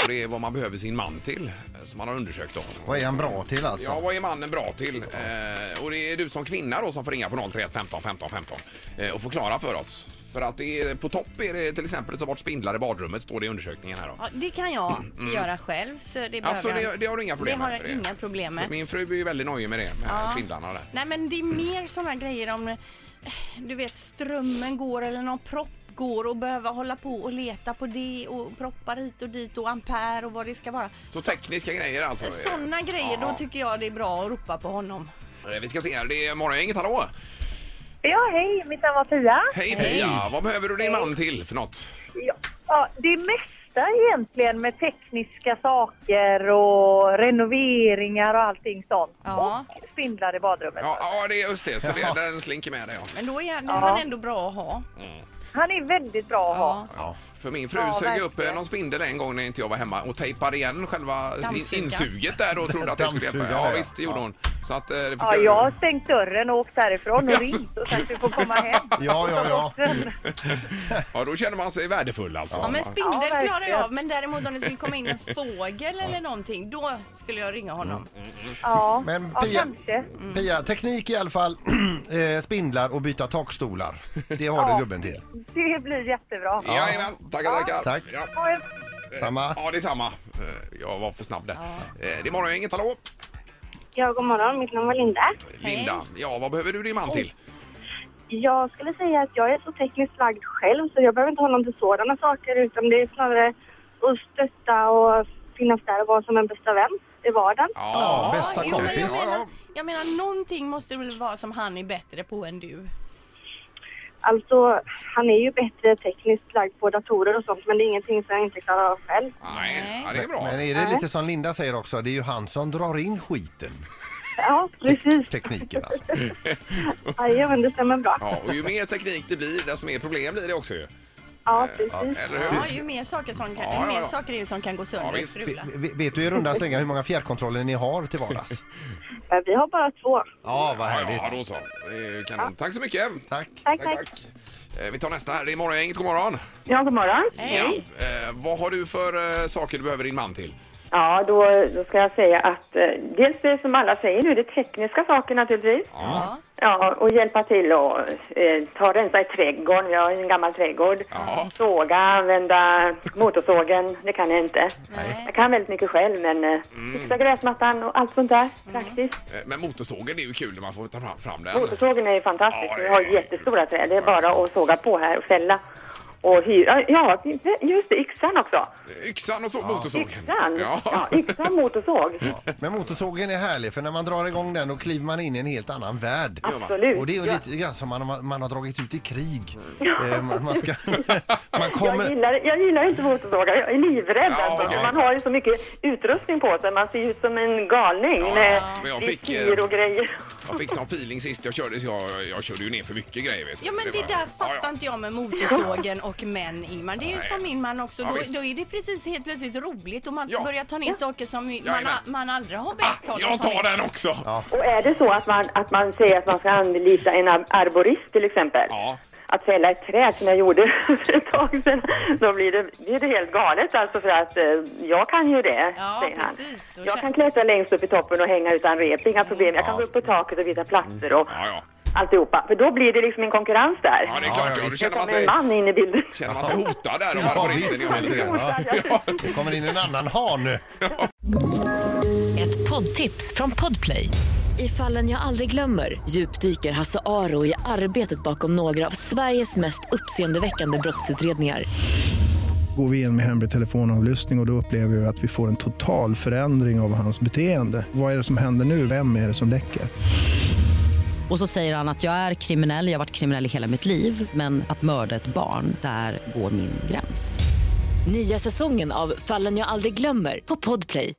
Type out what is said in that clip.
det är vad man behöver sin man till, som man har undersökt då. Vad är han bra till alltså? Ja, vad är mannen bra till? Och det är du som kvinna då som får ringa på 031 15 15 15 och förklara för oss. För att det är, på topp är det till exempel att ta bort spindlar i badrummet, står det i undersökningen här då. Ja, det kan jag göra själv. Så det Alltså det har du inga problem med? Det har jag inga problem med. Min fru är ju väldigt nöjd med det, med spindlarna där. Nej, men det är mer sådana grejer om, du vet, strömmen går eller någon propp går och behöver hålla på och leta på det och proppar hit och dit och ampere och vad det ska vara. Så tekniska grejer alltså? Sådana grejer, då tycker jag det är bra att ropa på honom. Vi ska se här, det är Morgongänget, hallå? Ja, hej, mitt namn var Pia. Hej Pia, vad behöver du din man till för något? Ja, det mesta egentligen med tekniska saker och renoveringar och allting sånt. Ja. Och spindlar i badrummet. Ja, det är just det, så det den slinker med det. Ja. Men då är han ändå bra att ha. Han är väldigt bra att ha. Ja. För min fru sög upp någon spindel en gång när inte jag var hemma och tejpade igen själva insuget där och trodde att det skulle hjälpa. Ja, visst, det gjorde hon. Så att, det fick jag har stängt dörren och åkt därifrån och ringt och sagt att du får komma hem. Ja. Ja, då känner man sig värdefull alltså. Ja, men spindel klarar jag av. Men däremot om det skulle komma in en fågel eller någonting, då skulle jag ringa honom. Ja, Men kanske. Pia, teknik i alla fall, spindlar och byta takstolar. Det har du gubben till. Det blir jättebra. Jajamän, tackar. Tack. Ja. Samma. Ja, det är samma. Jag var för snabb där. Det är Morgongänget, hallå? Ja, god morgon. Mitt namn var Linda. Linda, vad behöver du din man till? Jag skulle säga att jag är så tekniskt lagd själv så jag behöver inte ha någon till sådana saker utan det är snarare att stötta och finnas där och vara som en bästa vän i vardagen. Ja, bästa kompis. Jag menar, någonting måste väl vara som han är bättre på än du. Alltså, han är ju bättre tekniskt lagd på datorer och sånt men det är ingenting som jag inte klarar av själv. Nej, det är bra. Men är det lite som Linda säger också, det är ju han som drar in skiten. Ja, precis. Tekniken alltså. Ja, men det stämmer bra. Ja, och ju mer teknik det blir, desto mer problem blir det också ju. Ja, precis. Eller hur? Ja, ju mer saker som kan, mer saker är det som kan gå sönder och visst. strula. Vet du i runda slängar hur många fjärrkontroller ni har till vardags? Vi har bara 2. Ja, vad härligt. Ja, då så. Det är ju kanon. Tack så mycket. Tack. Tack. Vi tar nästa här. Det är Morgongänget, god morgon. Ja, god morgon. Hej. Vad har du för saker du behöver din man till? Ja, då ska jag säga att dels det som alla säger nu, det tekniska saker naturligtvis. Ja, och hjälpa till och rensa i trädgården. Jag har en gammal trädgård. Såga, använda motorsågen, det kan jag inte. Nej. Jag kan väldigt mycket själv, men fixa gräsmattan och allt sånt där, praktiskt. Men motorsågen är ju kul när man får ta fram den. Motorsågen är ju fantastisk, vi har jättestora träd. Det är bara att såga på här och fälla. Och hyra, just det, yxan också. Yxan och så motorsågen. Yxan, motorsåg. Men motorsågen är härlig för när man drar igång den och kliver man in i en helt annan värld. Absolut. Och det är ju lite grann som man har dragit ut i krig. Man kommer... jag gillar inte motorsågar, jag är livrädd. Alltså. Man har ju så mycket utrustning på sig, man ser ut som en galning med styr och grejer. Jag fick sån feeling sist jag körde, så jag körde ju ner för mycket grejer. Vet du. Ja, men det där fattar inte jag med motorsågen och män, Ingmar. Det är ju som min man också. Då är det precis helt plötsligt roligt och man börjar ta ner saker som man aldrig har bett honom. Jag tar den också! Ja. Och är det så att man säger att man ska anlita en arborist till exempel? Ja. Att fälla ett träd som jag gjorde för ett tag sedan, då blir det helt galet alltså för att jag kan ju det, säger han. Precis. Jag kan klättra längst upp i toppen och hänga utan rep, inga problem. Jag kan gå upp på taket och visa platser och alltihopa. För då blir det liksom en konkurrens där. Ja, det är klart. Då känner man sig en man in i bilden. Känner man sig hotad där av arboristen. Det kommer in en annan han nu. Ett poddtips från Podplay. I Fallen jag aldrig glömmer djupdyker Hasse Aro i arbetet bakom några av Sveriges mest uppseendeväckande brottsutredningar. Går vi in med hemlig telefonavlyssning och då upplever vi att vi får en total förändring av hans beteende. Vad är det som händer nu? Vem är det som läcker? Och så säger han att jag är kriminell, jag har varit kriminell i hela mitt liv. Men att mörda ett barn, där går min gräns. Nya säsongen av Fallen jag aldrig glömmer på Podplay.